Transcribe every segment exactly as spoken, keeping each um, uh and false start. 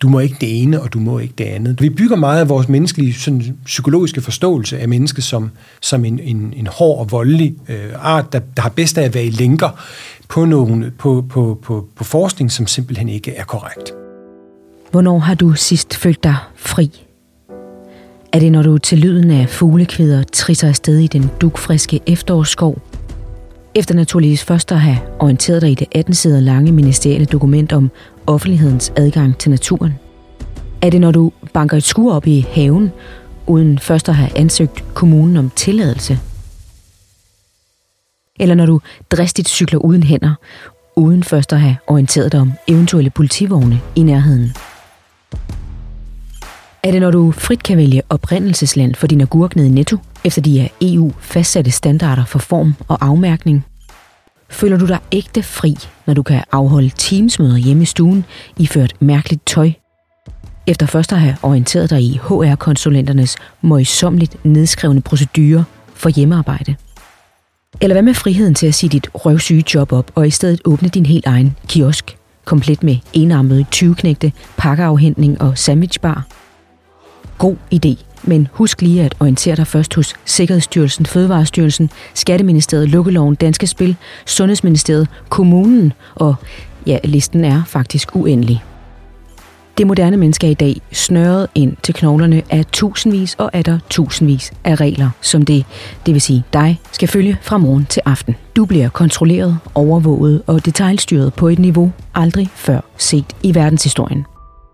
du må ikke det ene, og du må ikke det andet. Vi bygger meget af vores menneskelige sådan, psykologiske forståelse af mennesket som, som en, en, en hård og voldelig øh, art, der, der har bedst af at være i lænker på, nogle, på, på, på, på forskning, som simpelthen ikke er korrekt. Hvornår har du sidst følt dig fri? Er det, når du til lyden af fuglekvider trisser afsted i den dugfriske efterårsskov? Efter naturligvis først at have orienteret dig i det atten sider lange ministerielle dokument om offentlighedens adgang til naturen? Er det, når du banker et skur op i haven, uden først at have ansøgt kommunen om tilladelse? Eller når du dristigt cykler uden hænder, uden først at have orienteret dig om eventuelle politivogne i nærheden? Er det, når du frit kan vælge oprindelsesland for din agurk ned i Netto, efter de af E U fastsatte standarder for form og afmærkning? Føler du dig ægte fri, når du kan afholde teamsmøder hjemme i stuen, iført mærkeligt tøj? Efter først at have orienteret dig i H R-konsulenternes møjsommeligt nedskrevne procedurer for hjemmearbejde? Eller hvad med friheden til at sige dit røvsyge job op og i stedet åbne din helt egen kiosk, komplet med enarmede tyveknægte, pakkeafhentning og sandwichbar? God idé, men husk lige at orientere dig først hos Sikkerhedsstyrelsen, Fødevarestyrelsen, Skatteministeriet, Lukkeloven, Danske Spil, Sundhedsministeriet, kommunen, og ja, listen er faktisk uendelig. Det moderne menneske er i dag snøret ind til knoglerne af tusindvis og atter tusindvis af regler, som det, det vil sige dig, skal følge fra morgen til aften. Du bliver kontrolleret, overvåget og detailstyret på et niveau aldrig før set i verdenshistorien.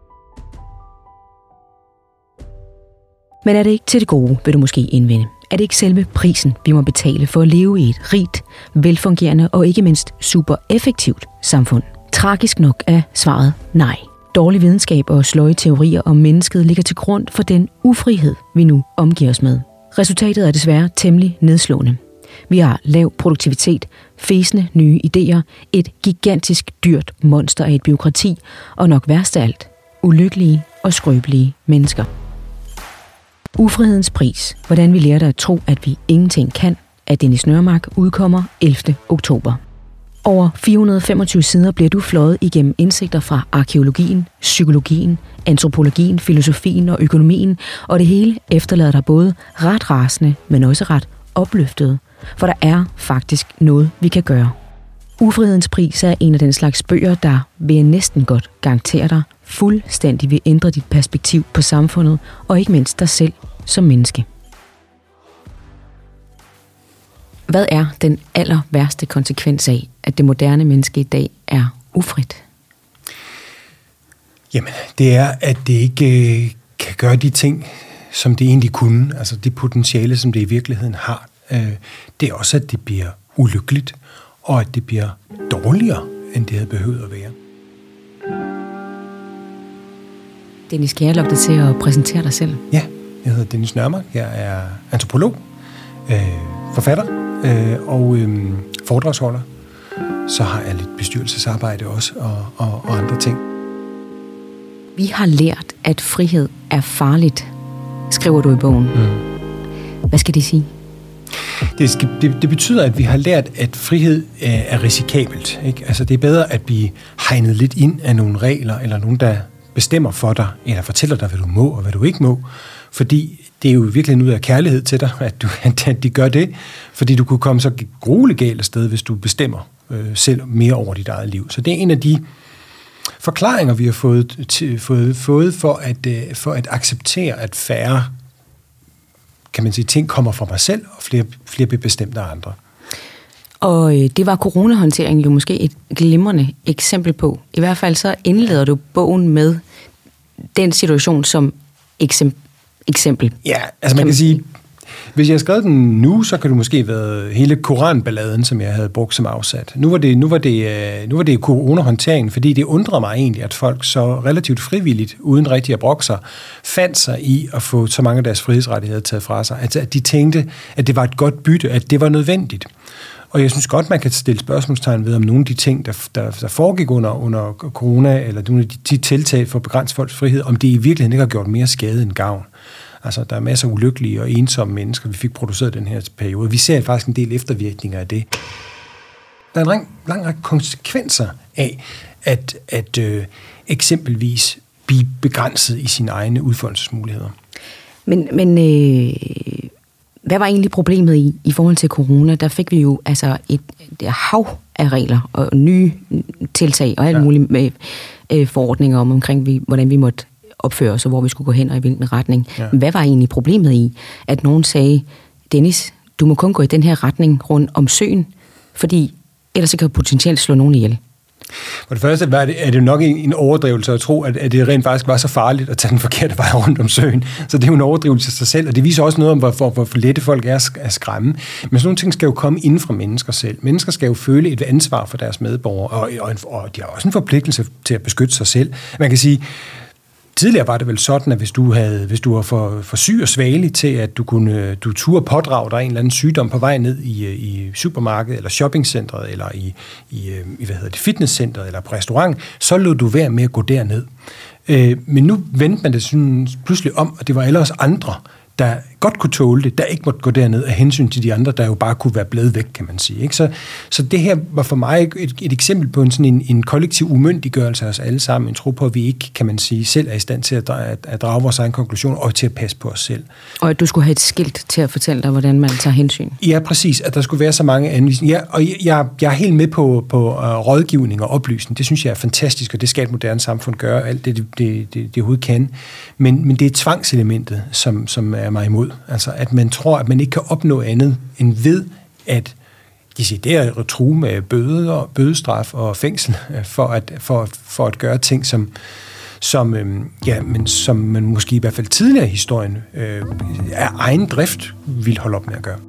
Men er det ikke til det gode, vil du måske indvende? Er det ikke selve prisen, vi må betale for at leve i et rigt, velfungerende og ikke mindst super effektivt samfund? Tragisk nok er svaret nej. Dårlig videnskab og sløje teorier om mennesket ligger til grund for den ufrihed, vi nu omgiver os med. Resultatet er desværre temmelig nedslående. Vi har lav produktivitet, fæsende nye idéer, et gigantisk dyrt monster af et bureaukrati, og nok værst af alt, ulykkelige og skrøbelige mennesker. Ufrihedens pris. Hvordan vi lærer dig at tro, at vi ingenting kan, af Dennis Nørmark udkommer ellevte oktober. Over fire hundrede og femogtyve sider bliver du fløjet igennem indsigter fra arkæologien, psykologien, antropologien, filosofien og økonomien, og det hele efterlader dig både ret rasende, men også ret opløftet, for der er faktisk noget, vi kan gøre. Ufrihedens pris er en af den slags bøger, der vil jeg næsten godt garantere dig fuldstændig vil ændre dit perspektiv på samfundet, og ikke mindst dig selv som menneske. Hvad er den aller værste konsekvens af, at det moderne menneske i dag er ufrit? Jamen, det er, at det ikke øh, kan gøre de ting, som det egentlig kunne. Altså det potentiale, som det i virkeligheden har. Øh, det er også, at det bliver ulykkeligt, og at det bliver dårligere, end det havde behøvet at være. Dennis, skal jeg lukke dig til at præsentere dig selv? Ja, jeg hedder Dennis Nørmark. Jeg er antropolog, øh, forfatter øh, og øh, foredragsholder. Så har jeg lidt bestyrelsesarbejde også, og, og, og andre ting. Vi har lært, at frihed er farligt, skriver du i bogen. Mm. Hvad skal det sige? Det, skal, det, det betyder, at vi har lært, at frihed er, er risikabelt. Ikke? Altså, det er bedre at blive hegnet lidt ind af nogle regler, eller nogen, der bestemmer for dig, eller fortæller dig, hvad du må og hvad du ikke må. Fordi det er jo virkelig ud af kærlighed til dig, at, du, at de gør det. Fordi du kunne komme så grueligt galt afsted, hvis du bestemmer øh, selv mere over dit eget liv. Så det er en af de forklaringer, vi har fået, til, fået, fået for, at, øh, for at acceptere, at færre kan man sige, ting kommer fra mig selv, og flere, flere bliver bestemt af andre. Og det var coronahåndteringen jo måske et glimrende eksempel på. I hvert fald så indleder du bogen med den situation som eksempel. eksempel. Ja, altså man kan, kan sige, hvis jeg havde skrevet den nu, så kan det måske være hele koranballaden, som jeg havde brugt som afsat. Nu var det, nu var det, nu var det coronahåndteringen, fordi det undrer mig egentlig, at folk så relativt frivilligt, uden rigtig at brokke sig, fandt sig i at få så mange af deres frihedsrettigheder taget fra sig. Altså, at de tænkte, at det var et godt bytte, at det var nødvendigt. Og jeg synes godt, man kan stille spørgsmålstegn ved, om nogle af de ting, der, der, der foregik under, under corona, eller nogle af de, de tiltag for at begrænse folks frihed, om det i virkeligheden ikke har gjort mere skade end gavn. Altså, der er masser af ulykkelige og ensomme mennesker, vi fik produceret den her periode. Vi ser faktisk en del eftervirkninger af det. Der er en lang, lang række konsekvenser af, at, at øh, eksempelvis blive begrænset i sine egne udfoldelsesmuligheder. Men, men øh, hvad var egentlig problemet i, i forhold til corona? Der fik vi jo altså et, et hav af regler og nye tiltag og alle ja. mulige med, øh, forordninger om, omkring, vi, hvordan vi måtte opføre os, og hvor vi skulle gå hen og i hvilken retning. Ja. Hvad var egentlig problemet i, at nogen sagde, Dennis, du må kun gå i den her retning rundt om søen, fordi ellers så kan du potentielt slå nogen ihjel? For det første er det, er det nok en overdrivelse at tro, at, at det rent faktisk var så farligt at tage den forkerte vej rundt om søen. Så det er jo en overdrivelse af sig selv, og det viser også noget om, hvor, hvor, hvor lette folk er at skræmme. Men sådan nogle ting skal jo komme inden fra mennesker selv. Mennesker skal jo føle et ansvar for deres medborgere, og, og, og de har også en forpligtelse til at beskytte sig selv. Man kan sige, tidligere var det vel sådan, at hvis du, havde, hvis du var for, for syg og svagelig til, at du kunne du turde pådrage dig en eller anden sygdom på vej ned i, i supermarkedet, eller shoppingcentret, eller i, i, i hvad hedder det, fitnesscentret, eller på restaurant, så lod du være med at gå derned. Øh, men nu vendte man det sådan pludselig om, og det var ellers andre, der godt kunne tåle det, der ikke måtte gå derned af hensyn til de andre, der jo bare kunne være blevet væk, kan man sige. Ikke? Så, så det her var for mig et, et eksempel på en, sådan en, en kollektiv umyndiggørelse af os alle sammen, en tro på, at vi ikke, kan man sige, selv er i stand til at, at, at drage vores egen konklusion og til at passe på os selv. Og at du skulle have et skilt til at fortælle dig, hvordan man tager hensyn. Ja, præcis, at der skulle være så mange anvisninger. Ja, og jeg, jeg er helt med på, på uh, rådgivning og oplysning. Det synes jeg er fantastisk, og det skal et moderne samfund gøre, alt det, det, det, det, det overhovedet kan. Men, men det er tvangselementet, som, som er mig imod. Altså, at man tror, at man ikke kan opnå andet end ved, at decideret at true med bøde, bødestraf og fængsel for at, for, for at gøre ting, som, som, øhm, ja, men som man måske i hvert fald tidligere i historien øh, af egen drift vil holde op med at gøre.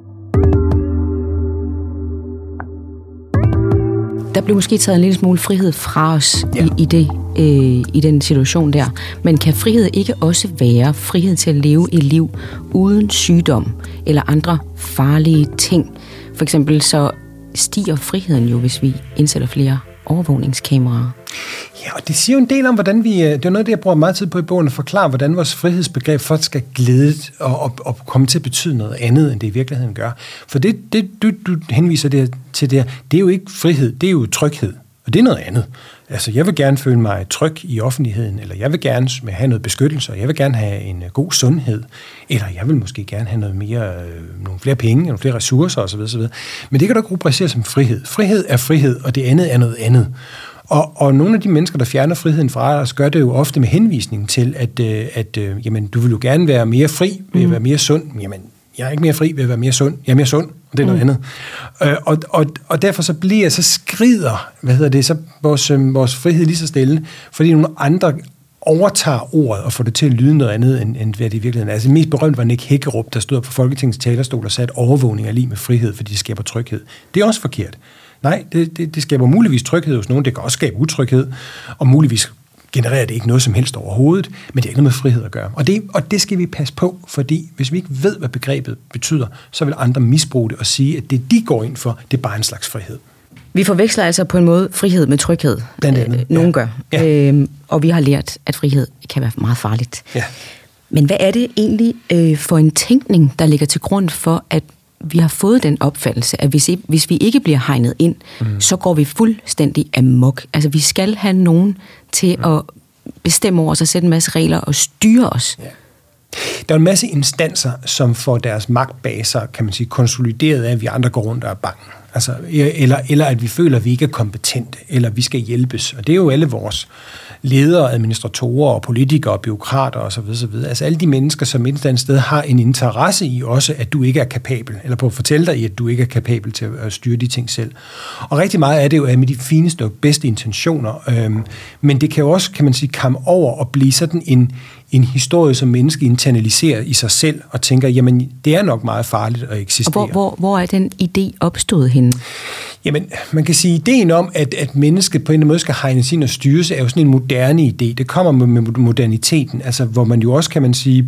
Der blev måske taget en lille smule frihed fra os ja. i, i, det, øh, i den situation der. Men kan frihed ikke også være frihed til at leve et liv uden sygdom eller andre farlige ting? For eksempel så stiger friheden jo, hvis vi indsætter flere overvågningskameraer. Ja, og det siger jo en del om, hvordan vi... Det er noget, det jeg bruger meget tid på i bogen, at forklare, hvordan vores frihedsbegreb først skal glide og, og, og komme til at betyde noget andet, end det i virkeligheden gør. For det, det du, du henviser det til det, det er jo ikke frihed, det er jo tryghed. Og det er noget andet. Altså, jeg vil gerne føle mig tryg i offentligheden, eller jeg vil gerne have noget beskyttelse, og jeg vil gerne have en god sundhed, eller jeg vil måske gerne have noget mere, øh, nogle flere penge, nogle flere ressourcer osv. osv. Men det kan du ikke rubricere som frihed. Frihed er frihed, og det andet er noget andet. Og, og nogle af de mennesker, der fjerner friheden fra os, gør det jo ofte med henvisning til, at, øh, at øh, jamen, du vil jo gerne være mere fri ved at være mere sund. Jamen, jeg er ikke mere fri ved at være mere sund. Jeg er mere sund, og det er noget mm. andet. Øh, og, og, og derfor så bliver, så skrider, hvad hedder det, så vores, øh, vores frihed lige så stille, fordi nogle andre overtager ordet og får det til at lyde noget andet, end, end hvad det i virkeligheden er. Altså, mest berømt var Nick Hækkerup, der stod på Folketingets talerstol og sagde, at overvågning er lige med frihed, fordi det skaber tryghed. Det er også forkert. Nej, det, det, det skaber muligvis tryghed hos nogen, det kan også skabe utryghed, og muligvis genererer det ikke noget som helst overhovedet, men det er ikke noget med frihed at gøre. Og det, og det skal vi passe på, fordi hvis vi ikke ved, hvad begrebet betyder, så vil andre misbruge det og sige, at det, de går ind for, det er bare en slags frihed. Vi forveksler altså på en måde frihed med tryghed. Blandt andet. Nogen ja. gør. Ja. Øhm, og vi har lært, at frihed kan være meget farligt. Ja. Men hvad er det egentlig øh, for en tænkning, der ligger til grund for, at vi har fået den opfattelse, at hvis, hvis vi ikke bliver hegnet ind, mm. så går vi fuldstændig amok. Altså, vi skal have nogen til mm. at bestemme over os og sætte en masse regler og styre os. Ja. Der er en masse instanser, som får deres magtbaser, kan man sige, konsolideret af, at vi andre går rundt og er bange. Altså, eller, eller at vi føler, at vi ikke er kompetente, eller vi skal hjælpes. Og det er jo alle vores ledere, administratorer og politikere og bureaukrater osv. osv. Altså alle de mennesker, som et eller andet sted har en interesse i også, at du ikke er kapabel, eller på at fortælle dig, at du ikke er kapabel til at styre de ting selv. Og rigtig meget af det jo er med de fineste og bedste intentioner. Øhm, men det kan jo også, kan man sige, komme over og blive sådan en, en historie, som mennesket internaliserer i sig selv, og tænker, jamen, det er nok meget farligt at eksistere. Og hvor, hvor, hvor er den idé opstået henne? Jamen, man kan sige, ideen om, at, at mennesket på en eller anden måde skal hegnes ind og styres, er jo sådan en moderne idé. Det kommer med, med moderniteten, altså hvor man jo også, kan man sige,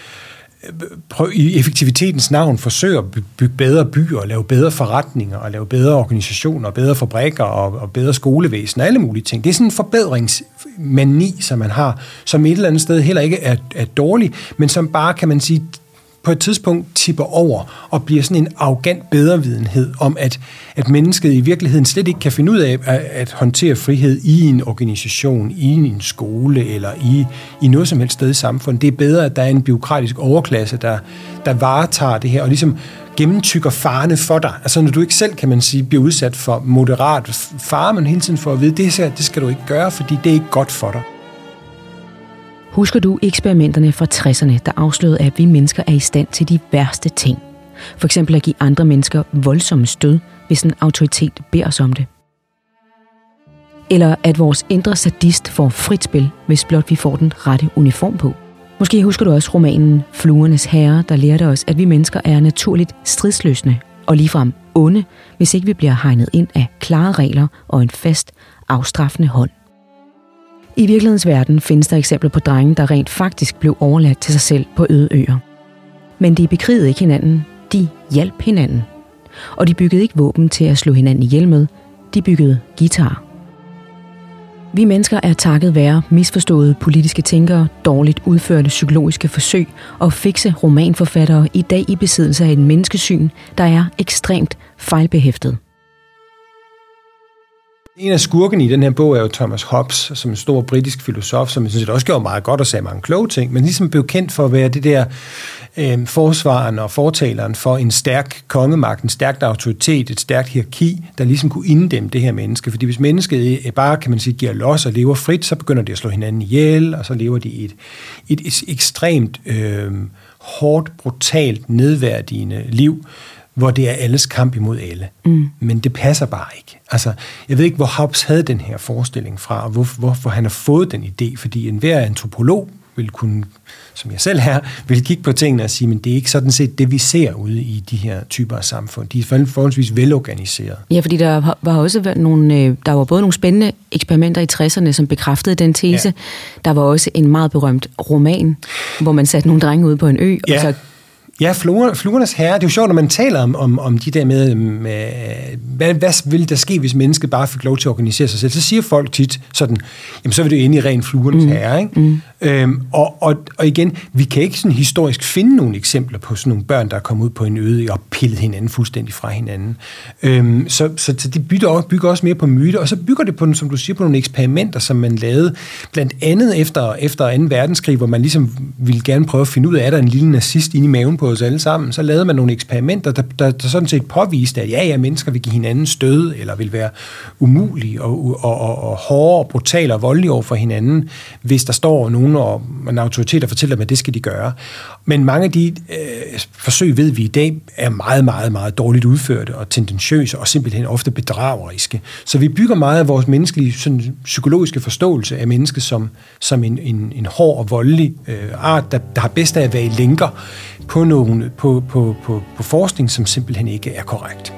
prøv, i effektivitetens navn forsøger at bygge bedre byer, og lave bedre forretninger, og lave bedre organisationer, og bedre fabrikker, og, og bedre skolevæsen, og alle mulige ting. Det er sådan en forbedringsmani, som man har, som et eller andet sted heller ikke er, er dårlig, men som bare, kan man sige, på et tidspunkt tipper over og bliver sådan en arrogant bedrevidenhed om, at, at mennesket i virkeligheden slet ikke kan finde ud af at, at håndtere frihed i en organisation, i en skole eller i, i noget som helst sted i samfundet. Det er bedre, at der er en bureaukratisk overklasse, der, der varetager det her og ligesom gennemtykker farene for dig. Altså når du ikke selv, kan man sige, bliver udsat for moderat fare, men hele tiden får at vide, det, skal, det skal du ikke gøre, fordi det er ikke godt for dig. Husker du eksperimenterne fra tresserne, der afslørede, at vi mennesker er i stand til de værste ting? For eksempel at give andre mennesker voldsomme stød, hvis en autoritet beder os om det. Eller at vores indre sadist får frit spil, hvis blot vi får den rette uniform på. Måske husker du også romanen Fluernes Herre, der lærte os, at vi mennesker er naturligt stridsløsne og ligefrem onde, hvis ikke vi bliver hegnet ind af klare regler og en fast, afstraffende hånd. I virkelighedens verden findes der eksempler på drenge, der rent faktisk blev overladt til sig selv på øde øer. Men de bekrigede ikke hinanden, de hjalp hinanden. Og de byggede ikke våben til at slå hinanden ihjel med, de byggede guitar. Vi mennesker er takket være misforståede politiske tænkere, dårligt udførte psykologiske forsøg og fikse romanforfattere i dag i besiddelse af et menneskesyn, der er ekstremt fejlbehæftet. En af skurkene i den her bog er jo Thomas Hobbes, som en stor britisk filosof, som jeg synes også gjorde meget godt og sagde mange kloge ting, men ligesom blev kendt for at være det der øh, forsvaren og fortaleren for en stærk kongemagt, en stærk autoritet, et stærkt hierarki, der ligesom kunne inddæmme det her menneske. Fordi hvis mennesket bare, kan man sige, giver los og lever frit, så begynder de at slå hinanden ihjel, og så lever de i et, et, et ekstremt øh, hårdt, brutalt, nedværdigende liv, hvor det er alles kamp imod alle. Mm. Men det passer bare ikke. Altså, jeg ved ikke, hvor Hobbes havde den her forestilling fra, og hvor, hvorfor han har fået den idé, fordi enhver antropolog vil kunne, som jeg selv her, vil kigge på tingene og sige, men det er ikke sådan set det, vi ser ude i de her typer af samfund. De er forholdsvis velorganiseret. Ja, fordi der var også nogle, der var både nogle spændende eksperimenter i tresserne, som bekræftede den tese. Ja. Der var også en meget berømt roman, hvor man satte nogle drenge ude på en ø, ja. og så Ja, Fluernes Herre. Det er jo sjovt, når man taler om, om, om de der med, med hvad, hvad ville der ske, hvis mennesket bare fik lov til at organisere sig selv. Så siger folk tit sådan, jamen så vil det jo ende i ren Fluernes mm. Herre. Ikke? Mm. Øhm, og, og, og igen, vi kan ikke sådan historisk finde nogle eksempler på sådan nogle børn, der er kommet ud på en øde og pillet hinanden fuldstændig fra hinanden. Øhm, så, så, så det bygger også, bygger også mere på myter, og så bygger det på, som du siger, på nogle eksperimenter, som man lavede blandt andet efter, efter anden verdenskrig, hvor man ligesom ville gerne prøve at finde ud af, er der en lille nazist inde i maven på os alle sammen, så lavede man nogle eksperimenter, der, der, der sådan set påviste, at ja, ja, mennesker vil give hinanden stød, eller vil være umulige og, og, og, og hårde og brutale og voldelige over for hinanden, hvis der står nogen og en autoritet, der fortæller dem, at det skal de gøre. Men mange af de øh, forsøg, ved vi i dag, er meget, meget, meget dårligt udførte og tendentiøse og simpelthen ofte bedrageriske. Så vi bygger meget af vores menneskelige sådan, psykologiske forståelse af mennesket som, som en, en, en hård og voldelig øh, art, der, der har bedst af at være i lænker på, nogle, på, på, på, på forskning, som simpelthen ikke er korrekt.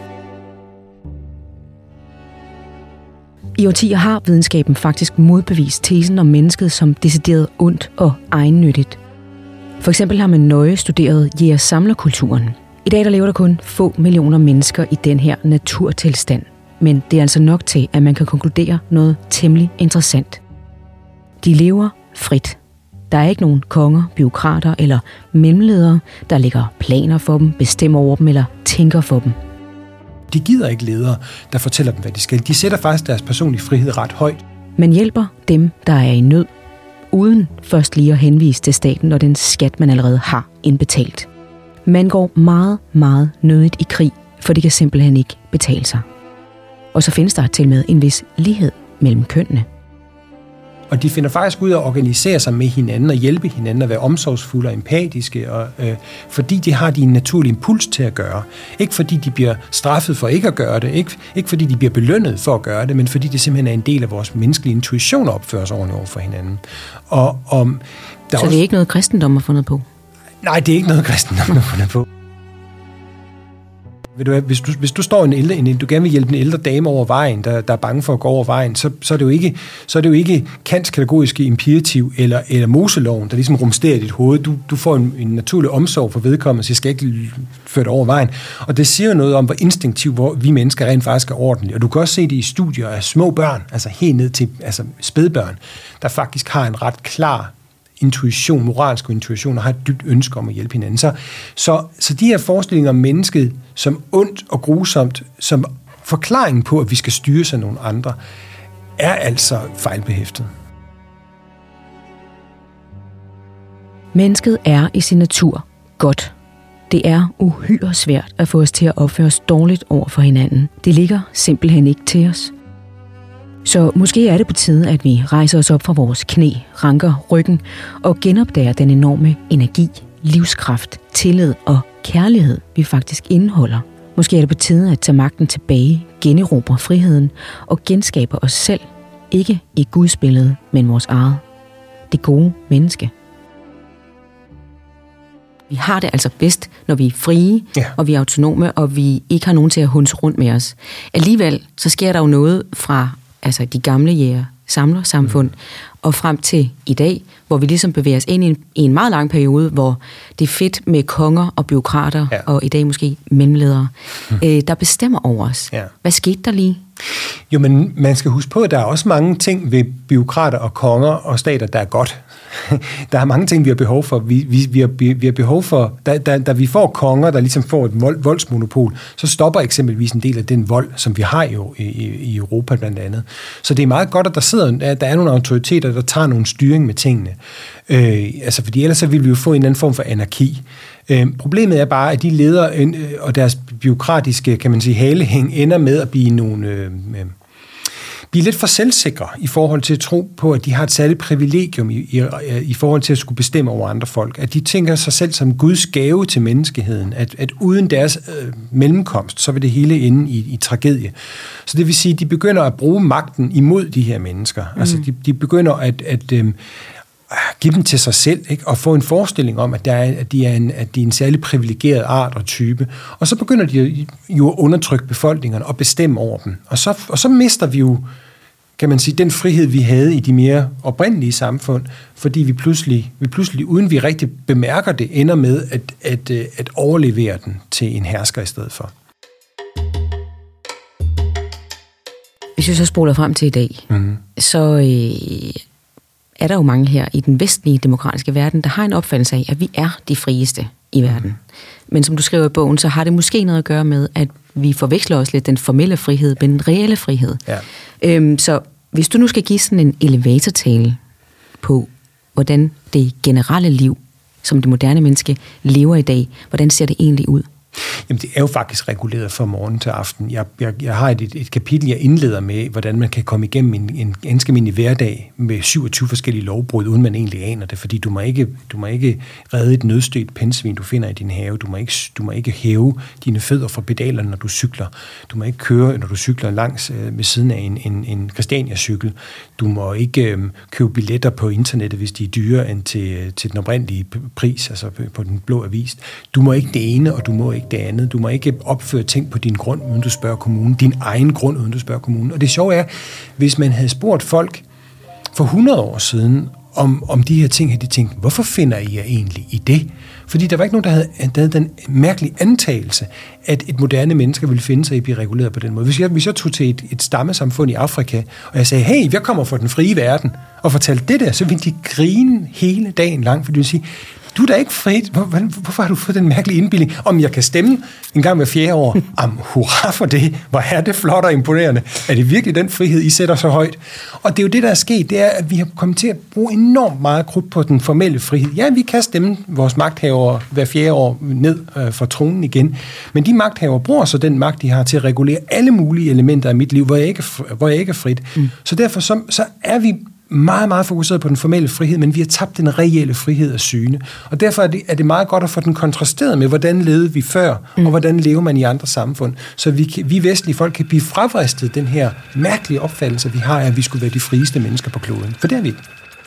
I årtier har videnskaben faktisk modbevist tesen om mennesket som decideret ondt og egennyttigt. For eksempel har man nøje studeret jæger-samlerkulturen. I dag der lever der kun få millioner mennesker i den her naturtilstand. Men det er altså nok til, at man kan konkludere noget temmelig interessant. De lever frit. Der er ikke nogen konger, bureaukrater eller mellemledere, der lægger planer for dem, bestemmer over dem eller tænker for dem. De gider ikke ledere, der fortæller dem, hvad de skal. De sætter faktisk deres personlige frihed ret højt. Man hjælper dem, der er i nød, uden først lige at henvise til staten og den skat, man allerede har indbetalt. Man går meget, meget nødigt i krig, for det kan simpelthen ikke betale sig. Og så findes der til med en vis lighed mellem kønnene. Og de finder faktisk ud af at organisere sig med hinanden og hjælpe hinanden og være omsorgsfulde og empatiske, og, øh, fordi de har de en naturlig impuls til at gøre. Ikke fordi de bliver straffet for ikke at gøre det, ikke, ikke fordi de bliver belønnet for at gøre det, men fordi det simpelthen er en del af vores menneskelige intuition at opføre sig ordentligt over for hinanden. Og, og, der Så det er også... ikke noget kristendom har fundet på? Nej, det er ikke noget kristendom har fundet på. Ved du hvad, hvis du, hvis du står en ældre, en, du gerne vil hjælpe en ældre dame over vejen, der, der er bange for at gå over vejen, så, så, er, det jo ikke, så er det jo ikke Kants kategoriske imperativ eller, eller Moseloven, der ligesom rumsterer i dit hoved. Du, du får en, en naturlig omsorg for vedkommende, så jeg skal ikke føre det over vejen. Og det siger noget om, hvor instinktivt hvor vi mennesker rent faktisk er ordentlige. Og du kan også se det i studier af små børn, altså helt ned til altså spædbørn, der faktisk har en ret klar intuition, moralsk intuition, og har et dybt ønske om at hjælpe hinanden. Så, så, så de her forestillinger om mennesket som ondt og grusomt, som forklaringen på, at vi skal styre sig nogle andre, er altså fejlbehæftet. Mennesket er i sin natur godt. Det er uhyre svært at få os til at opføre os dårligt over for hinanden. Det ligger simpelthen ikke til os. Så måske er det på tide, at vi rejser os op fra vores knæ, ranker ryggen og genopdager den enorme energi, livskraft, tillid og kærlighed, vi faktisk indeholder. Måske er det på tide at tage magten tilbage, generobre friheden og genskabe os selv, ikke i Guds billede, men vores eget. Det gode menneske. Vi har det altså bedst, når vi er frie, ja. Og vi er autonome, og vi ikke har nogen til at hunse rundt med os. Alligevel så sker der jo noget fra altså de gamle jæger-samler-samfund, mm. og frem til i dag, hvor vi ligesom bevæger os ind i en, i en meget lang periode, hvor det er fedt med konger og bureaukrater, ja. Og i dag måske mellemledere, mm. øh, der bestemmer over os. Ja. Hvad skete der lige? Jo, men man skal huske på, at der er også mange ting ved bureaukrater og konger og stater, der er godt. Der er mange ting, vi har behov for. Vi, vi, vi, har, vi har behov for, da, da, da vi får konger, der ligesom får et vold, voldsmonopol, så stopper eksempelvis en del af den vold, som vi har jo i, i Europa blandt andet. Så det er meget godt, at der sidder, der er nogle autoriteter, der tager nogle styring med tingene. Øh, altså, fordi ellers så vil vi jo få en eller anden form for anarki. Øh, problemet er bare, at de ledere øh, og deres bureaukratiske, kan man sige, halehæng ender med at blive nogle... Øh, blive lidt for selvsikre i forhold til at tro på, at de har et særligt privilegium i, i, i forhold til at skulle bestemme over andre folk. At de tænker sig selv som Guds gave til menneskeheden. At, at uden deres øh, mellemkomst, så vil det hele ende i, i tragedie. Så det vil sige, at de begynder at bruge magten imod de her mennesker. Mm. Altså, de, de begynder at... at øh, give dem til sig selv, ikke? Og få en forestilling om, at, der er, at, de er en, at de er en særlig privilegeret art og type. Og så begynder de jo at undertrykke befolkningerne og bestemme over dem. Og så, og så mister vi jo, kan man sige, den frihed, vi havde i de mere oprindelige samfund, fordi vi pludselig, vi pludselig uden vi rigtig bemærker det, ender med at, at, at overlevere den til en hersker i stedet for. Hvis vi så spoler frem til i dag, mm-hmm. så... Øh er der jo mange her i den vestlige demokratiske verden, der har en opfattelse af, at vi er de frieste i verden. Men som du skriver i bogen, så har det måske noget at gøre med, at vi forveksler os lidt den formelle frihed med den reelle frihed. Ja. Øhm, så hvis du nu skal give sådan en elevatortale på, hvordan det generelle liv, som det moderne menneske lever i dag, hvordan ser det egentlig ud? Jamen, det er jo faktisk reguleret fra morgen til aften. Jeg, jeg, jeg har et, et kapitel, jeg indleder med, hvordan man kan komme igennem en, en ganske almindelig hverdag med syvogtyve forskellige lovbrud, uden man egentlig aner det, fordi du må ikke, du må ikke redde et nødstødt pindsvin, du finder i din have. Du må ikke, du må ikke hæve dine fødder fra pedalerne, når du cykler. Du må ikke køre, når du cykler langs øh, ved siden af en, en, en Christiania-cykel. Du må ikke øh, købe billetter på internettet, hvis de er dyrere end til, til den oprindelige pris, altså på den blå avis. Du må ikke det ene, og du må ikke det andet. Du må ikke opføre ting på din grund, uden du spørger kommunen. Din egen grund, uden du spørger kommunen. Og det sjove er, hvis man havde spurgt folk for hundrede år siden om, om de her ting, havde de tænkt, hvorfor finder I jer egentlig i det? Fordi der var ikke nogen, der havde, der havde den mærkelige antagelse, at et moderne menneske ville finde sig i at blive reguleret på den måde. Hvis jeg, hvis jeg tog til et, et stammesamfund i Afrika, og jeg sagde, hey, jeg kommer fra den frie verden, og fortalte det der, så ville de grine hele dagen lang, fordi de ville sige, du er da ikke frit. Hvor, hvorfor har du fået den mærkelige indbildning? Om jeg kan stemme en gang hver fjerde år? Am, hurra for det. Hvor er det flot og imponerende. Er det virkelig den frihed, I sætter så højt? Og det er jo det, der er sket. Det er, at vi har kommet til at bruge enormt meget krudt på den formelle frihed. Ja, vi kan stemme vores magthavere hver fjerde år ned øh, fra tronen igen. Men de magthavere bruger så den magt, de har til at regulere alle mulige elementer af mit liv, hvor jeg ikke, hvor jeg ikke er frit. Mm. Så derfor så, så er vi meget, meget fokuseret på den formelle frihed, men vi har tabt den reelle frihed af syne. Og derfor er det, er det meget godt at få den kontrasteret med, hvordan levede vi før, mm. og hvordan lever man i andre samfund. Så vi, vi vestlige folk kan blive fravristet den her mærkelige opfattelse, vi har af, at vi skulle være de frieste mennesker på kloden. For det er vi ikke.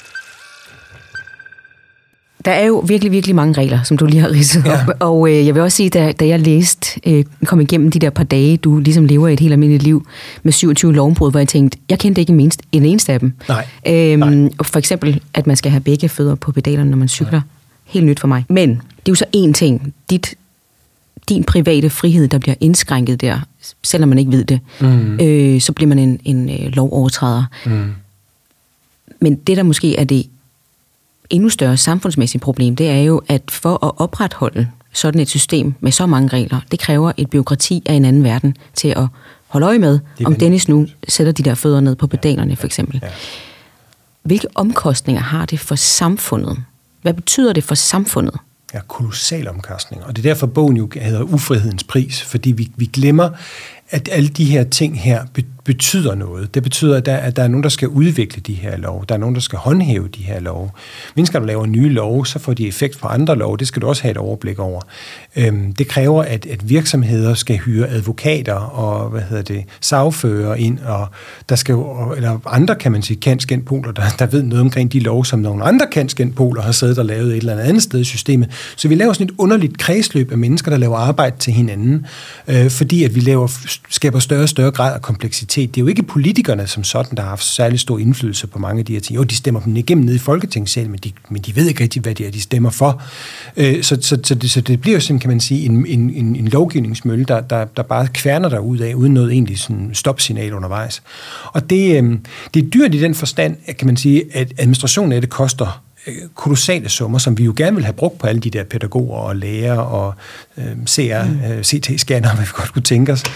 Der er jo virkelig, virkelig mange regler, som du lige har ridset ja. op. Og øh, jeg vil også sige, da, da jeg læste, øh, kom igennem de der par dage, du ligesom lever et helt almindeligt liv med syvogtyve lovbrud, hvor jeg tænkte, jeg kendte ikke en eneste, en eneste af dem. Nej. Øhm, Nej. For eksempel, at man skal have begge fødder på pedalerne, når man cykler. Nej. Helt nyt for mig. Men det er jo så én ting. Dit, din private frihed, der bliver indskrænket der, selvom man ikke ved det, mm. øh, så bliver man en, en øh, lovovertræder. Mm. Men det, der måske er det endnu større samfundsmæssigt problem, det er jo, at for at opretholde sådan et system med så mange regler, det kræver et byråkrati af en anden verden til at holde øje med, om Dennis nu sætter de der fødder ned på pedalerne, for eksempel. Ja. Hvilke omkostninger har det for samfundet? Hvad betyder det for samfundet? Ja, kolossale omkostninger. Og det er derfor, bogen jo hedder Ufrihedens pris, fordi vi, vi glemmer, at alle de her ting her betyder noget. Det betyder, at der, at der er nogen, der skal udvikle de her love. Der er nogen, der skal håndhæve de her love. Hvis du laver nye love, så får de effekt på andre love. Det skal du også have et overblik over. Øhm, det kræver, at, at virksomheder skal hyre advokater og hvad hedder det, sagfører ind, og der skal jo, eller andre, kan man sige, kendsgenpoler, der, der ved noget omkring de love, som nogle andre kendsgenpoler har siddet og lavet et eller andet sted i systemet. Så vi laver sådan et underligt kredsløb af mennesker, der laver arbejde til hinanden, øh, fordi at vi laver, skaber større og større grad af kompleksitet. Det er jo ikke politikerne som sådan, der har haft særlig stor indflydelse på mange af de her ting. Jo, de stemmer dem igennem ned i Folketingssalen, men de, men de ved ikke rigtig, hvad det er, de stemmer for. Øh, så, så, så, det, så det bliver jo sådan, kan man sige, en, en, en, en lovgivningsmølle, der, der, der bare kværner derud af, uden noget egentlig sådan stopsignal undervejs. Og det, øh, det er dyrt i den forstand, kan man sige, at administrationen af det koster kolossale summer, som vi jo gerne vil have brugt på alle de der pædagoger og læger og øh, C R, mm. øh, C T-scanner, hvad vi godt kunne tænke os.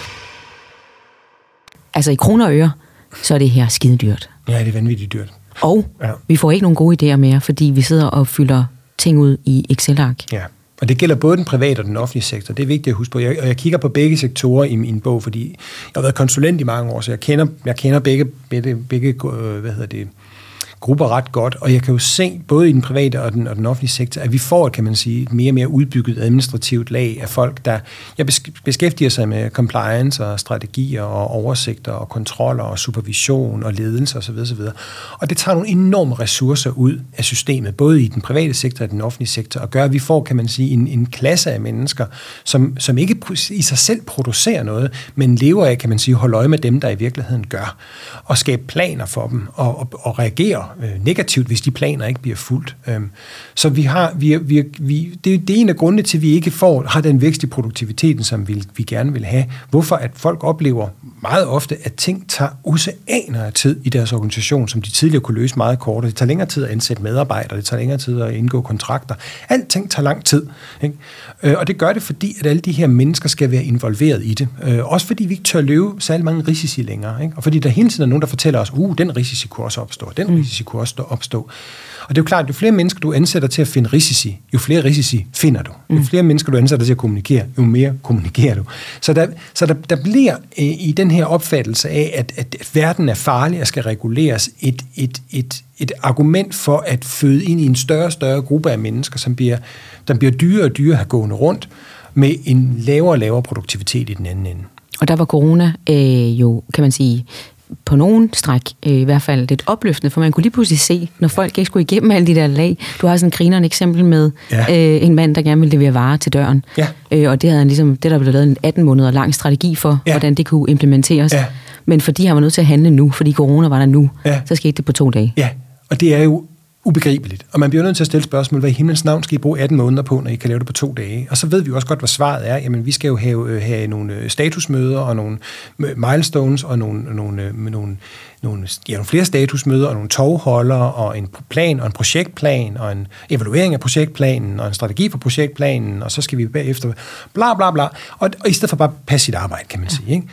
Altså i kroner og øre, så er det her skide dyrt. Ja, det er vanvittigt dyrt. Og ja. Vi får ikke nogen gode idéer mere, fordi vi sidder og fylder ting ud i Excel-ark. Ja, og det gælder både den private og den offentlige sektor. Det er vigtigt at huske på. Jeg, og jeg kigger på begge sektorer i min bog, fordi jeg har været konsulent i mange år, så jeg kender, jeg kender begge, begge, begge hvad hedder det, grupper ret godt, og jeg kan jo se, både i den private og den, og den offentlige sektor, at vi får, kan man sige, et mere og mere udbygget administrativt lag af folk, der jeg beskæftiger sig med compliance og strategier og oversigter og kontroller og supervision og ledelse osv. osv. Og det tager nogle enorme ressourcer ud af systemet, både i den private sektor og den offentlige sektor, og gør, at vi får, kan man sige, en, en klasse af mennesker, som, som ikke i sig selv producerer noget, men lever af, kan man sige, holde øje med dem, der i virkeligheden gør, og skabe planer for dem, og, og, og reagere negativt, hvis de planer ikke bliver fulgt. Så vi har, vi, vi, vi, det, det er en af grundene til, at vi ikke får, har den vækst i produktiviteten, som vi, vi gerne vil have. Hvorfor? At folk oplever meget ofte, at ting tager oceaner af tid i deres organisation, som de tidligere kunne løse meget kort. Det tager længere tid at ansætte medarbejdere, det tager længere tid at indgå kontrakter. Alting tager lang tid. Ikke? Og det gør det, fordi at alle de her mennesker skal være involveret i det. Også fordi vi ikke tør løbe særlig mange risici længere. Ikke? Og fordi der hele tiden er nogen, der fortæller os, uh, den risici kunne også opstå, den risici kunne også opstå. Og det er jo klart, at jo flere mennesker du ansætter til at finde risici, jo flere risici finder du. Jo flere mennesker du ansætter til at kommunikere, jo mere kommunikerer du. Så der, så der, der bliver øh, i den her opfattelse af, at, at, at verden er farlig og skal reguleres, et, et, et, et argument for at føde ind i en større og større gruppe af mennesker, som bliver, der bliver dyrere og dyrere at gående rundt, med en lavere og lavere produktivitet i den anden ende. Og der var corona øh, jo, kan man sige, på nogen stræk øh, i hvert fald lidt opløftende, for man kunne lige pludselig se, når folk ikke skulle igennem alle de der lag. Du har sådan en grinerende eksempel med ja. øh, en mand, der gerne ville levere varer til døren. Ja. Øh, og det havde han ligesom, det der blev lavet en atten måneder lang strategi for, ja. hvordan det kunne implementeres. Ja. Men fordi han var nødt til at handle nu, fordi corona var der nu, ja. så skete det på to dage. Ja, og det er jo ubegribeligt. Og man bliver nødt til at stille spørgsmål, hvad i himlens navn skal I bruge atten måneder på, når I kan lave det på to dage? Og så ved vi jo også godt, hvad svaret er. Jamen, vi skal jo have, have nogle statusmøder og nogle milestones og nogle, nogle, nogle, nogle, ja, nogle flere statusmøder og nogle tovholdere og en plan og en projektplan og en evaluering af projektplanen og en strategi for projektplanen, og så skal vi bagefter bla bla bla. Og, og i stedet for bare passe sit arbejde, kan man sige. Ikke?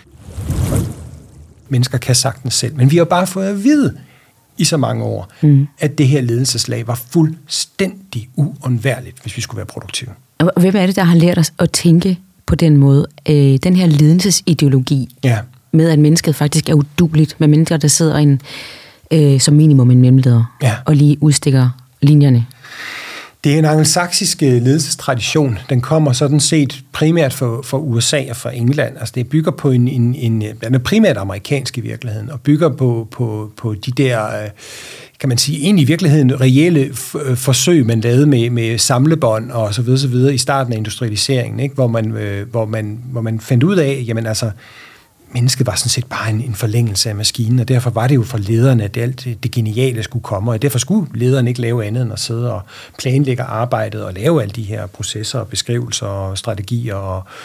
Mennesker kan sagtens selv, men vi har bare fået at vide i så mange år, mm. at det her ledelseslag var fuldstændig uundværligt, hvis vi skulle være produktive. Og hvem er det, der har lært os at tænke på den måde? Øh, den her ledelsesideologi, ja. med at mennesket faktisk er udueligt, med mennesker, der sidder en, øh, som minimum en mellemleder, ja. og lige udstikker linjerne. Det er en angelsaksisk ledelsestradition. Den kommer sådan set primært fra, fra U S A og fra England. Altså det bygger på en, en, en den er primært amerikansk i virkeligheden, og bygger på, på, på de der, kan man sige, egentlig i virkeligheden reelle forsøg, man lavede med, med samlebånd og så videre, så videre i starten af industrialiseringen, ikke? Hvor man, hvor man, hvor man fandt ud af, jamen altså, mennesket var sådan set bare en, en forlængelse af maskinen, og derfor var det jo for lederne, at det, alt det, det geniale skulle komme, og derfor skulle lederne ikke lave andet end at sidde og planlægge arbejdet og lave alle de her processer og beskrivelser og strategier og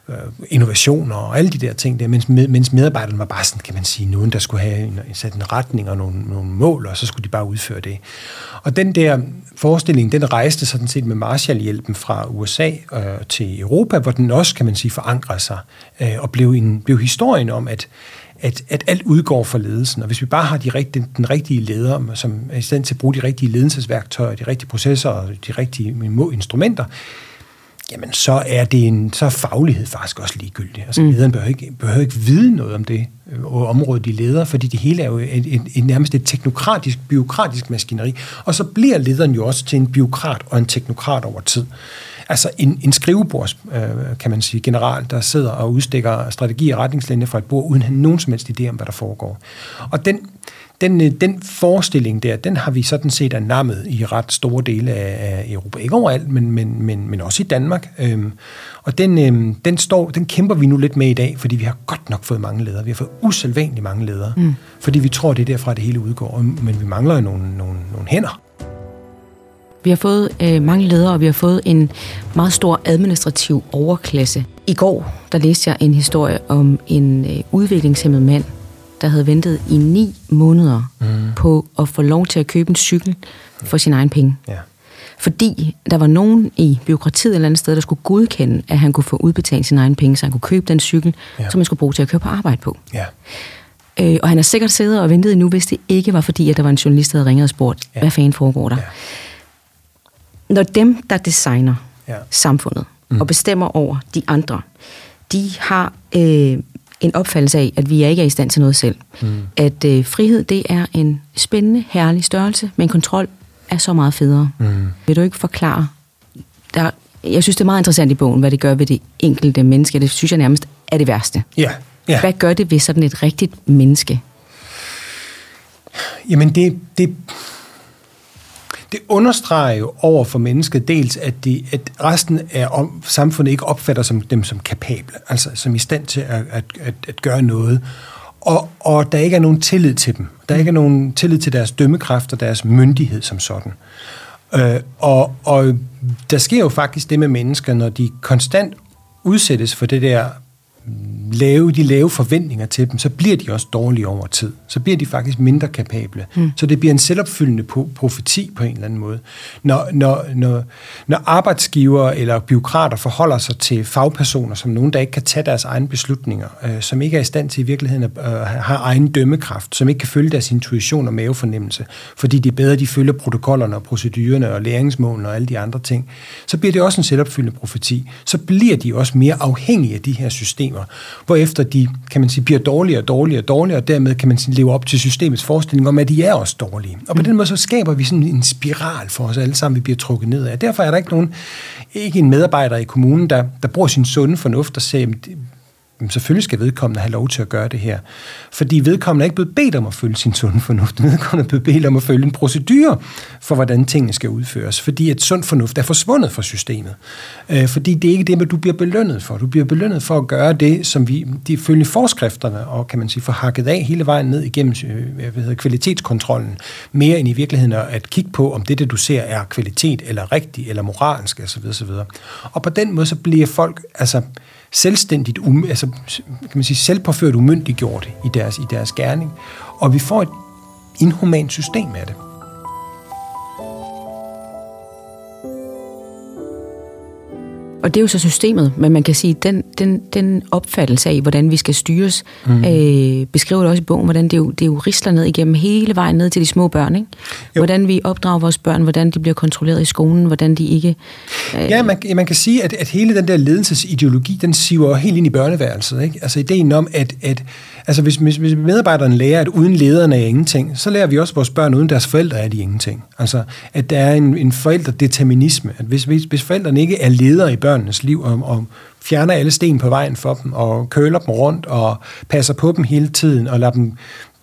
øh, innovationer og alle de der ting der, mens, med, mens medarbejderne var bare sådan, kan man sige, nogen, der skulle have en, sat en retning og nogle, nogle mål, og så skulle de bare udføre det. Og den der forestilling, den rejste sådan set med Marshallhjælpen fra U S A øh, til Europa, hvor den også, kan man sige, forankrede sig, øh, og blev, en, blev historien om, at At, at alt udgår fra ledelsen, og hvis vi bare har de rigt, den, den rigtige leder, som er i stand til at bruge de rigtige ledelsesværktøjer, de rigtige processer og de rigtige instrumenter, jamen så er det en, så er faglighed faktisk også ligegyldig. Altså mm. lederen behøver ikke, behøver ikke vide noget om det og område, de leder, fordi det hele er jo et, et, et, nærmest et teknokratisk, byråkratisk maskineri, og så bliver lederen jo også til en byråkrat og en teknokrat over tid. Altså en, en skrivebords, øh, kan man sige, general, der sidder og udstikker strategier og retningslinjer fra et bord, uden at have nogen som helst idé om, hvad der foregår. Og den, den, den forestilling der, den har vi sådan set anammet i ret store dele af, af Europa. Ikke overalt, men, men, men, men også i Danmark. Øhm, og den, øhm, den, står, den kæmper vi nu lidt med i dag, fordi vi har godt nok fået mange ledere. Vi har fået usædvanligt mange ledere, mm. fordi vi tror, det er derfra, det hele udgår. Men vi mangler jo nogle, nogle, nogle hænder. Vi har fået øh, mange ledere, og vi har fået en meget stor administrativ overklasse. I går, der læste jeg en historie om en øh, udviklingshæmmet mand, der havde ventet i ni måneder mm. på at få lov til at købe en cykel for sin egen penge. Ja. Fordi der var nogen i byråkratiet et eller andet sted, der skulle godkende, at han kunne få udbetalt sin egen penge, så han kunne købe den cykel, ja. som han skulle bruge til at køre på arbejde på. Ja. Øh, og han har sikkert siddet og ventet endnu, hvis det ikke var fordi, at der var en journalist, der havde ringet og spurgt, ja. hvad fanden foregår der? Ja. Når dem, der designer ja. samfundet mm. og bestemmer over de andre, de har øh, en opfattelse af, at vi ikke er i stand til noget selv. Mm. At øh, frihed, det er en spændende, herlig størrelse, men kontrol er så meget federe. Mm. Vil du ikke forklare? Der, jeg synes, det er meget interessant i bogen, hvad det gør ved det enkelte menneske. Det synes jeg nærmest er det værste. Ja. Ja. Hvad gør det ved sådan et rigtigt menneske? Jamen, det... det Det understreger jo over for mennesket dels, at, de, at resten af om, samfundet ikke opfatter som, dem som kapable, altså som i stand til at, at, at, at gøre noget, og, og der ikke er nogen tillid til dem. Der ikke er nogen tillid til deres dømmekraft og deres myndighed som sådan. Øh, og, og der sker jo faktisk det med mennesker, når de konstant udsættes for det der lave, de lave forventninger til dem, så bliver de også dårlige over tid. Så bliver de faktisk mindre kapable. Mm. Så det bliver en selvopfyldende profeti på en eller anden måde. Når, når, når, når arbejdsgivere eller bureaukrater forholder sig til fagpersoner, som nogen, der ikke kan tage deres egne beslutninger, øh, som ikke er i stand til i virkeligheden at øh, have egen dømmekraft, som ikke kan følge deres intuition og mavefornemmelse, fordi de bedre de følger protokollerne og procedurerne og læringsmålene og alle de andre ting, så bliver det også en selvopfyldende profeti. Så bliver de også mere afhængige af de her systemer, hvorefter de, kan man sige, bliver dårligere og dårligere og dårligere, og dermed kan man sige, leve op til systemets forestilling om, at de er også dårlige. Og på den måde så skaber vi sådan en spiral for os alle sammen, vi bliver trukket ned af. Derfor er der ikke nogen, ikke en medarbejder i kommunen, der, der bruger sin sunde fornuft og siger, selvfølgelig skal vedkommende have lov til at gøre det her. Fordi vedkommende er ikke blevet bedt om at følge sin sunde fornuft. Vedkommende er blevet bedt om at følge en procedure for, hvordan tingene skal udføres. Fordi et sund fornuft er forsvundet fra systemet. Øh, fordi det er ikke det, du bliver belønnet for. Du bliver belønnet for at gøre det, som vi, de følge forskrifterne, og kan man sige, får hakket af hele vejen ned igennem hvad hedder, kvalitetskontrollen, mere end i virkeligheden at kigge på, om det, det du ser, er kvalitet, eller rigtigt, eller moralsk, osv. osv. Og på den måde, så bliver folk, altså, selvstændigt, um, altså, kan man sige, selvpåført umyndiggjort i deres, i deres gerning, og vi får et inhumant system af det. Og det er jo så systemet, men man kan sige, den, den, den opfattelse af, hvordan vi skal styres, mm. øh, beskriver det også i bogen, hvordan det jo, det jo risler ned igennem hele vejen ned til de små børn, ikke? Hvordan vi opdrager vores børn, hvordan de bliver kontrolleret i skolen, hvordan de ikke... Øh... Ja, man, man kan sige, at, at hele den der ledelsesideologi, den siver helt ind i børneværelset, ikke? Altså ideen om, at, at altså hvis, hvis medarbejderen lærer, at uden lederne er ingenting, så lærer vi også vores børn, uden deres forældre er de ingenting. Altså, at der er en, en forældredeterminisme, at hvis, hvis, hvis forældrene ikke er ledere i børnenes liv, og, og fjerner alle sten på vejen for dem, og køler dem rundt, og passer på dem hele tiden, og lader dem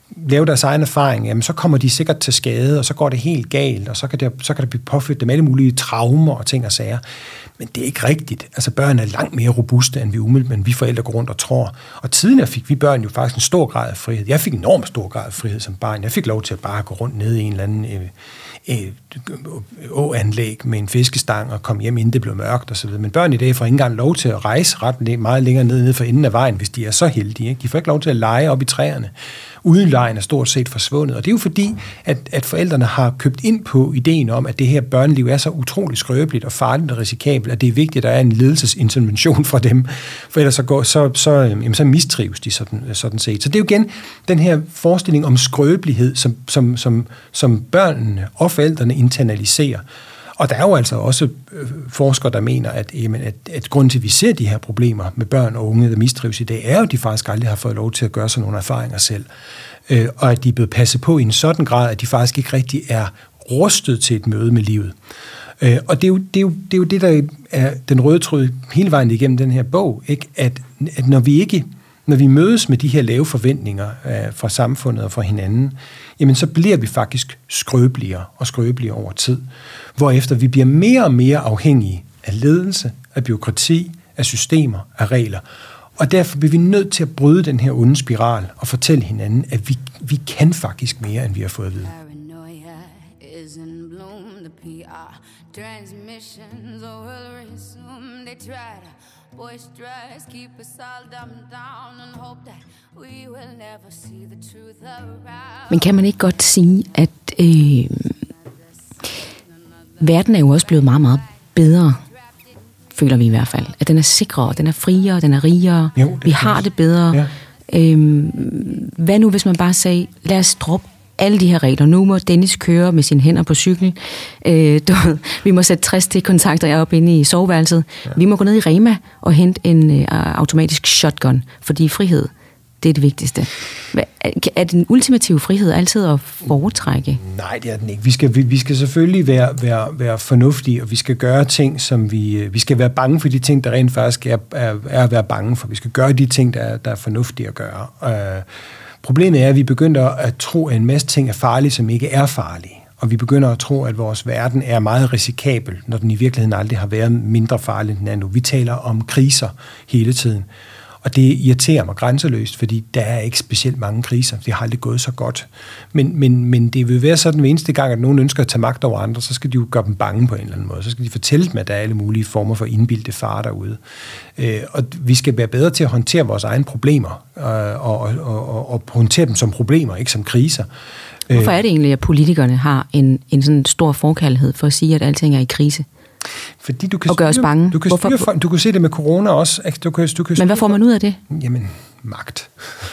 lave deres egen erfaring, jamen så kommer de sikkert til skade, og så går det helt galt, og så kan det, så kan det blive påført dem alle mulige traumer og ting og sager. Men det er ikke rigtigt. Altså børn er langt mere robuste, end vi umiddelbart, men vi forældre går rundt og tror. Og tidligere fik vi børn jo faktisk en stor grad af frihed. Jeg fik en enormt stor grad af frihed som barn. Jeg fik lov til at bare gå rundt nede i en eller anden øh, øh, åanlæg med en fiskestang og komme hjem, inden det blev mørkt og så videre. Men børn i dag får ikke engang lov til at rejse ret meget længere ned, ned for enden af vejen, hvis de er så heldige. Ikke? De får ikke lov til at lege op i træerne. Udenlejen er stort set forsvundet. Og det er jo fordi, at, at forældrene har købt ind på ideen om, at det her børneliv er så utroligt skrøbeligt og farligt og risikabelt, at det er vigtigt, at der er en ledelsesintervention fra dem. For ellers så, går, så, så, jamen, så mistrives de sådan, sådan set. Så det er jo igen den her forestilling om skrøbelighed, som, som, som, som børnene og forældrene internaliserer. Og der er jo altså også forskere, der mener, at, jamen, at, at grunden til, at vi ser de her problemer med børn og unge, der mistrives i dag, er jo, at de faktisk aldrig har fået lov til at gøre sig nogle erfaringer selv. Øh, og at de er blevet passet på i en sådan grad, at de faktisk ikke rigtig er rustet til et møde med livet. Øh, og det er, jo, det, er jo, det er jo det, der er den røde tråd hele vejen igennem den her bog, ikke? At, at når vi ikke... Når vi mødes med de her lave forventninger øh, fra samfundet og fra hinanden, jamen så bliver vi faktisk skrøbeligere og skrøbeligere over tid, hvorefter vi bliver mere og mere afhængige af ledelse, af byråkrati, af systemer, af regler. Og derfor bliver vi nødt til at bryde den her onde spiral og fortælle hinanden, at vi, vi kan faktisk mere, end vi har fået at vide. Boisterous, keep us all dumbed down and hope that we will never see the truth around. Men kan man ikke godt sige, at øh, verden er jo også blevet meget, meget bedre, føler vi i hvert fald. At den er sikrere, den er friere, den er rigere. Jo, vi har det, det bedre. Ja. Øh, hvad nu, hvis man bare sagde, lad os droppe alle de her regler. Nu må Dennis køre med sine hænder på cykel. Øh, du, vi må sætte tres stikkontakter op inde i soveværelset. Ja. Vi må gå ned i Rema og hente en øh, automatisk shotgun, fordi frihed, det er det vigtigste. Er den ultimative frihed altid at foretrække? Nej, det er den ikke. Vi skal, vi, vi skal selvfølgelig være, være, være fornuftige, og vi skal gøre ting, som vi... Vi skal være bange for de ting, der rent faktisk er, er, er at være bange for. Vi skal gøre de ting, der, der er fornuftige at gøre. Øh, Problemet er, at vi begynder at tro, at en masse ting er farlige, som ikke er farlige. Og vi begynder at tro, at vores verden er meget risikabel, når den i virkeligheden aldrig har været mindre farlig end den er nu. Vi taler om kriser hele tiden. Og det irriterer mig grænseløst, fordi der er ikke specielt mange kriser. Det har aldrig gået så godt. Men, men, men det vil være sådan, at hver eneste gang, at nogen ønsker at tage magt over andre, så skal de jo gøre dem bange på en eller anden måde. Så skal de fortælle dem, at der er alle mulige former for indbildte farer derude. Øh, og vi skal være bedre til at håndtere vores egne problemer, øh, og, og, og, og håndtere dem som problemer, ikke som kriser. Hvorfor er det egentlig, at politikerne har en, en sådan stor forkærlighed for at sige, at alting er i krise? Fordi du kan og gøre os bange. Du kan, styre, for, du kan se det med corona også. Du kan, du kan Men hvad får man ud af det? Jamen, magt.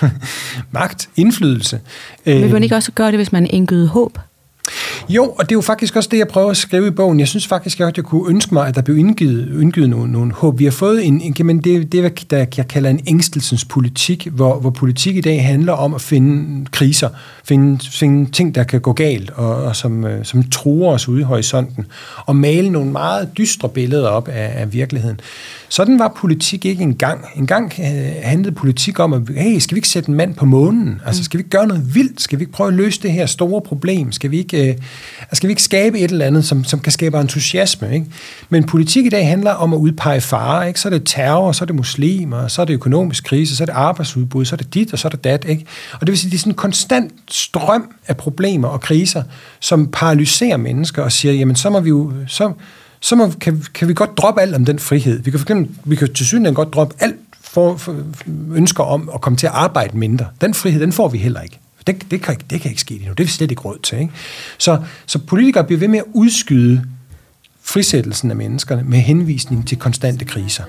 Magt, indflydelse. Vil man ikke også gøre det, hvis man indgyder håb? Jo, og det er jo faktisk også det, jeg prøver at skrive i bogen. Jeg synes faktisk, at jeg kunne ønske mig, at der blev indgivet, indgivet nogle, nogle håb. Vi har fået en, en jamen det, det, der jeg kalder en ængstelsens politik, hvor, hvor politik i dag handler om at finde kriser, finde, finde ting, der kan gå galt, og, og som, som truer os ude i horisonten, og male nogle meget dystre billeder op af, af virkeligheden. Sådan var politik ikke engang. En gang handlede politik om, at hey, skal vi ikke sætte en mand på månen? Altså, skal vi ikke gøre noget vildt? Skal vi ikke prøve at løse det her store problem? Skal vi ikke, øh, skal vi ikke skabe et eller andet, som, som kan skabe entusiasme? Ikke? Men politik i dag handler om at udpege farer. Ikke? Så er det terror, så er det muslimer, så er det økonomisk krise, så er det arbejdsudbud, så er det dit, og så er det dat. Ikke? Og det vil sige, det er sådan en konstant strøm af problemer og kriser, som paralyserer mennesker og siger, jamen, så må vi jo... Så, så må, kan, kan vi godt droppe alt om den frihed. Vi kan, for eksempel, vi kan til synligheden godt droppe alt for, for ønsker om at komme til at arbejde mindre. Den frihed, den får vi heller ikke. Det, det, kan, det kan ikke ske endnu. Det er vi slet ikke råd til. Ikke? Så, så politikere bliver ved med at udskyde frisættelsen af menneskerne med henvisning til konstante kriser.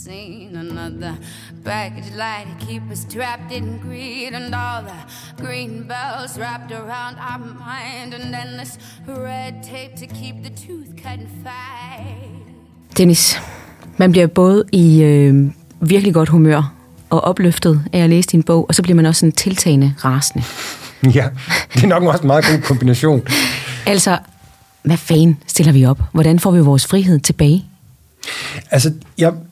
Baggage light to keep us trapped in greed, and all the green bells wrapped around our mind, and endless red tape to keep the truth confined. Dennis, man bliver både i øh, virkelig godt humør og opløftet af at læse din bog, og så bliver man også en tiltagende rasende. Ja, det er nok også en meget god kombination. Altså, hvad fanden stiller vi op? Hvordan får vi vores frihed tilbage? Altså, jeg...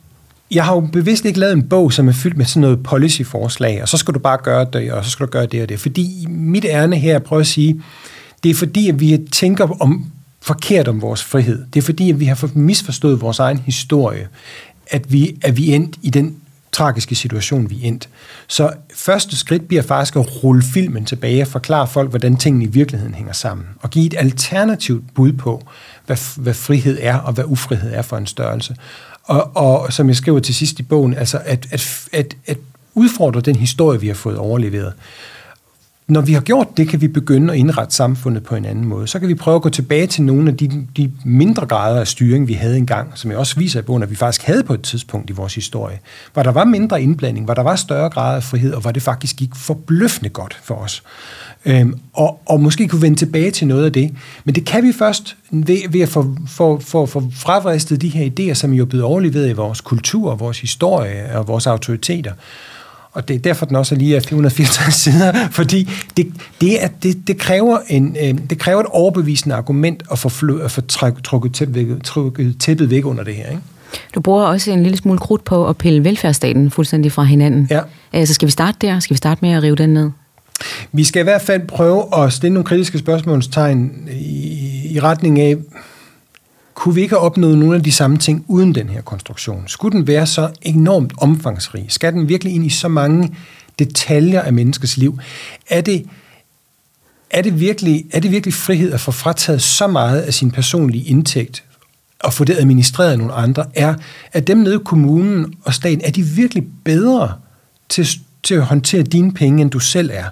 Jeg har jo bevidst ikke lavet en bog, som er fyldt med sådan noget policy-forslag, og så skal du bare gøre det, og så skal du gøre det og det. Fordi mit ærne her er at prøve at sige, det er fordi, at vi tænker om, forkert om vores frihed. Det er fordi, at vi har misforstået vores egen historie, at vi er vi endt i den tragiske situation, vi er endt. Så første skridt bliver faktisk at rulle filmen tilbage og forklare folk, hvordan tingene i virkeligheden hænger sammen, og give et alternativt bud på, hvad, hvad frihed er, og hvad ufrihed er for en størrelse. Og, og som jeg skriver til sidst i bogen, altså at, at, at, at udfordre den historie, vi har fået overleveret. Når vi har gjort det, kan vi begynde at indrette samfundet på en anden måde. Så kan vi prøve at gå tilbage til nogle af de, de mindre grader af styring, vi havde engang, som jeg også viser i bogen, at vi faktisk havde på et tidspunkt i vores historie. Hvor der var mindre indblanding, hvor der var større grader af frihed, og hvor det faktisk gik forbløffende godt for os. Øhm, og, og måske kunne vende tilbage til noget af det. Men det kan vi først ved, ved at få for, for, for fravristet de her idéer, som jo er blevet overleveret i vores kultur, vores historie og vores autoriteter. Og det er derfor, den også er lige fire hundrede og fireogtres sider, fordi det, det, er, det, det, kræver en, øh, det kræver et overbevisende argument at få, fl- at få trukket tæppet, tæppet væk under det her. Ikke? Du bruger også en lille smule krudt på at pille velfærdsstaten fuldstændig fra hinanden. Ja. Altså skal vi starte der? Skal vi starte med at rive den ned? Vi skal i hvert fald prøve at stille nogle kritiske spørgsmålstegn i, i retning af, kunne vi ikke have opnået nogle af de samme ting uden den her konstruktion? Skulle den være så enormt omfangsrig? Skal den virkelig ind i så mange detaljer af menneskers liv? Er det, er det, virkelig, er det virkelig frihed at få frataget så meget af sin personlige indtægt og få det administreret af nogle andre? Er, er dem nede i kommunen og staten, er de virkelig bedre til, til at håndtere dine penge, end du selv er?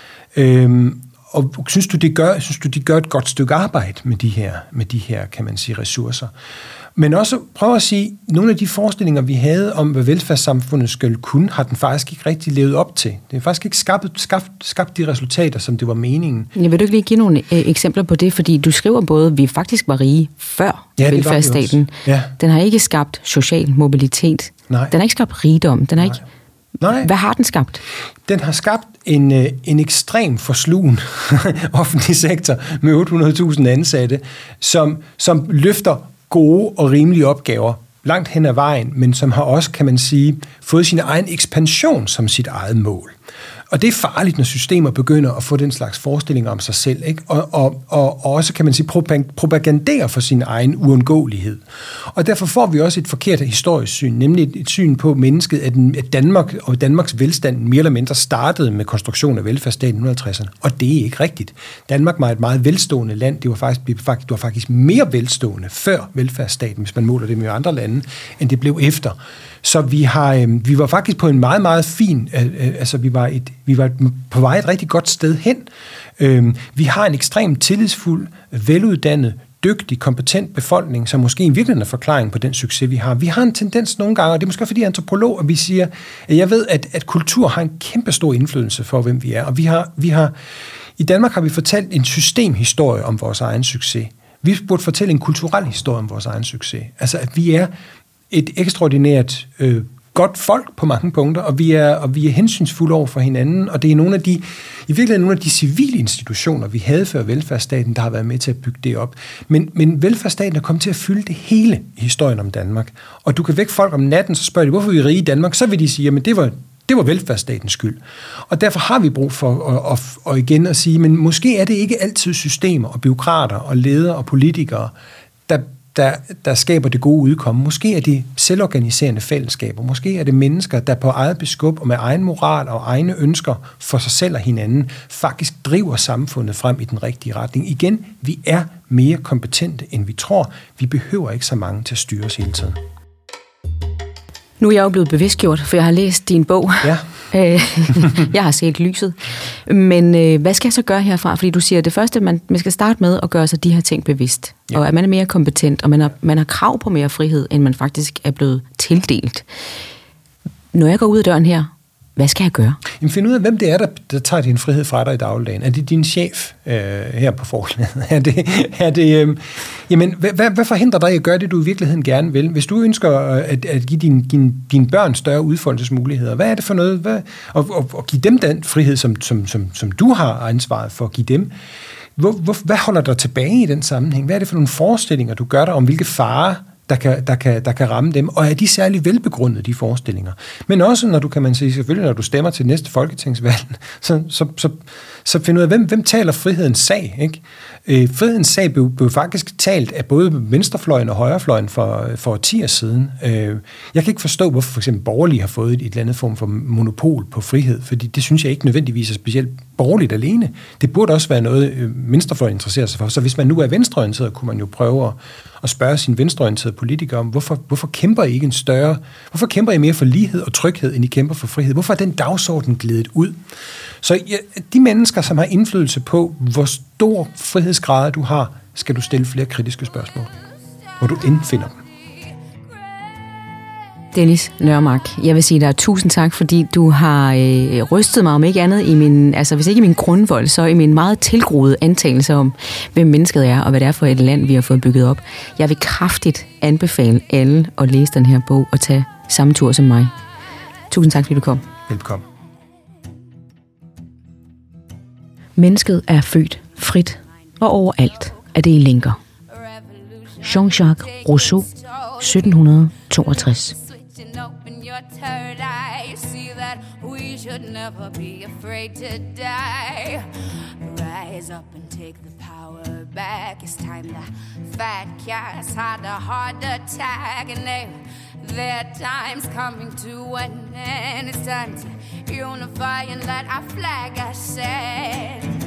Øhm, Og synes du, det gør, synes du, de gør et godt stykke arbejde med de her, med de her, kan man sige, ressourcer? Men også prøv at sige, nogle af de forestillinger, vi havde om, hvad velfærdssamfundet skulle kunne, har den faktisk ikke rigtig levet op til. Det er faktisk ikke skabt, skabt, skabt de resultater, som det var meningen. Jeg vil du ikke lige give nogle øh, eksempler på det, fordi du skriver både, at vi faktisk var rige før ja, velfærdsstaten. Ja. Den har ikke skabt social mobilitet. Nej. Den har ikke skabt rigdom. Den har ikke... Nej. Hvad har den skabt? Den har skabt en, en ekstrem forslugen offentlig sektor med otte hundrede tusind ansatte, som, som løfter gode og rimelige opgaver langt hen ad vejen, men som har også, kan man sige, fået sin egen ekspansion som sit eget mål. Og det er farligt, når systemer begynder at få den slags forestillinger om sig selv, ikke? Og, og, og også, kan man sige, propagandere for sin egen uundgåelighed. Og derfor får vi også et forkert historisk syn, nemlig et, et syn på mennesket, at, at Danmark og Danmarks velstand mere eller mindre startede med konstruktionen af velfærdsstaten i nitten halvtredserne. Og det er ikke rigtigt. Danmark var et meget velstående land. Det var faktisk, det var faktisk mere velstående før velfærdsstaten, hvis man måler det med andre lande, end det blev efter. Så vi har, øh, vi var faktisk på en meget, meget fin, øh, altså vi var, et, vi var på vej et rigtig godt sted hen. Øh, vi har en ekstremt tillidsfuld, veluddannet, dygtig, kompetent befolkning, som måske i virkeligheden er forklaring på den succes, vi har. Vi har en tendens nogle gange, og det er måske fordi jeg er antropolog, at vi siger, at jeg ved, at, at kultur har en kæmpe stor indflydelse for, hvem vi er. Og vi har, vi har, i Danmark har vi fortalt en systemhistorie om vores egen succes. Vi burde fortælle en kulturel historie om vores egen succes. Altså, at vi er et ekstraordinært øh, godt folk på mange punkter, og vi er, og vi er hensynsfulde over for hinanden, og det er nogle af de, i virkeligheden nogle af de civile institutioner, vi havde før velfærdsstaten, der har været med til at bygge det op. Men, men velfærdsstaten er kommet til at fylde det hele i historien om Danmark. Og du kan vække folk om natten, så spørger de, hvorfor er vi rige i Danmark? Så vil de sige, jamen det var, det var velfærdsstatens skyld. Og derfor har vi brug for at, at, at, at igen at sige, men måske er det ikke altid systemer og bureaukrater og ledere og politikere, der Der, der skaber det gode udkomme. Måske er det selvorganiserende fællesskaber. Måske er det mennesker, der på eget beskub og med egen moral og egne ønsker for sig selv og hinanden, faktisk driver samfundet frem i den rigtige retning. Igen, vi er mere kompetente, end vi tror. Vi behøver ikke så mange til at styre os hele tiden. Nu er jeg jo blevet bevidstgjort, for jeg har læst din bog. Ja. Jeg har set lyset. Men øh, hvad skal jeg så gøre herfra? Fordi du siger, at det første, man, man skal starte med at gøre sig de her ting bevidst. Ja. Og at man er mere kompetent, og man har, man har krav på mere frihed, end man faktisk er blevet tildelt. Når jeg går ud af døren her, hvad skal jeg gøre? Jamen, find ud af, hvem det er, der, der tager din frihed fra dig i dagligdagen. Er det din chef øh, her på forlaget? er det, er det, øh, jamen, hvad, hvad forhindrer dig at gøre det, du i virkeligheden gerne vil? Hvis du ønsker at, at give din, din, dine børn større udfoldelsesmuligheder, hvad er det for noget? Hvad, og, og, og give dem den frihed, som, som, som, som du har ansvaret for at give dem. Hvor, hvor, hvad holder dig tilbage i den sammenhæng? Hvad er det for nogle forestillinger, du gør dig om, hvilke farer der kan, der, kan, der kan ramme dem, og er de særlig velbegrundede, de forestillinger. Men også, når du kan man sige, selvfølgelig, når du stemmer til næste folketingsvalg, så, så, så, så find ud af, hvem, hvem taler frihedens sag, ikke? Øh, frihedens sag blev, blev faktisk talt af både venstrefløjen og højrefløjen for, for årtier siden. Øh, jeg kan ikke forstå, hvorfor for eksempel borgerlige har fået et, et eller andet form for monopol på frihed, fordi det synes jeg ikke nødvendigvis er specielt borgerligt alene. Det burde også være noget, øh, venstrefløjen interesserer sig for. Så hvis man nu er venstreorienteret, kunne man jo prøve at, at spørge sine venstreorienterede politikere om, hvorfor, hvorfor kæmper I ikke en større, hvorfor kæmper I mere for lighed og tryghed, end I kæmper for frihed? Hvorfor er den dagsorden glædet ud? Så ja, de mennesker, som har indflydelse på, hvor stor frihedsgrad du har, skal du stille flere kritiske spørgsmål, hvor du indfinder dem. Dennis Nørmark, jeg vil sige dig tusind tak, fordi du har øh, rystet mig om ikke andet i min, altså hvis ikke i min grundvold, så i min meget tilgroede antagelse om, hvem mennesket er, og hvad det er for et land, vi har fået bygget op. Jeg vil kraftigt anbefale alle at læse den her bog og tage samme tur som mig. Tusind tak, fordi du kom. Velkommen. Mennesket er født frit, og overalt er det i lænker. Jean-Jacques Rousseau, sytten toogtres. Your third eye, see that we should never be afraid to die. Rise up and take the power back. It's time the fat cats had a heart attack, and they, their time's coming to an end. It's time to unify and let our flag ascend.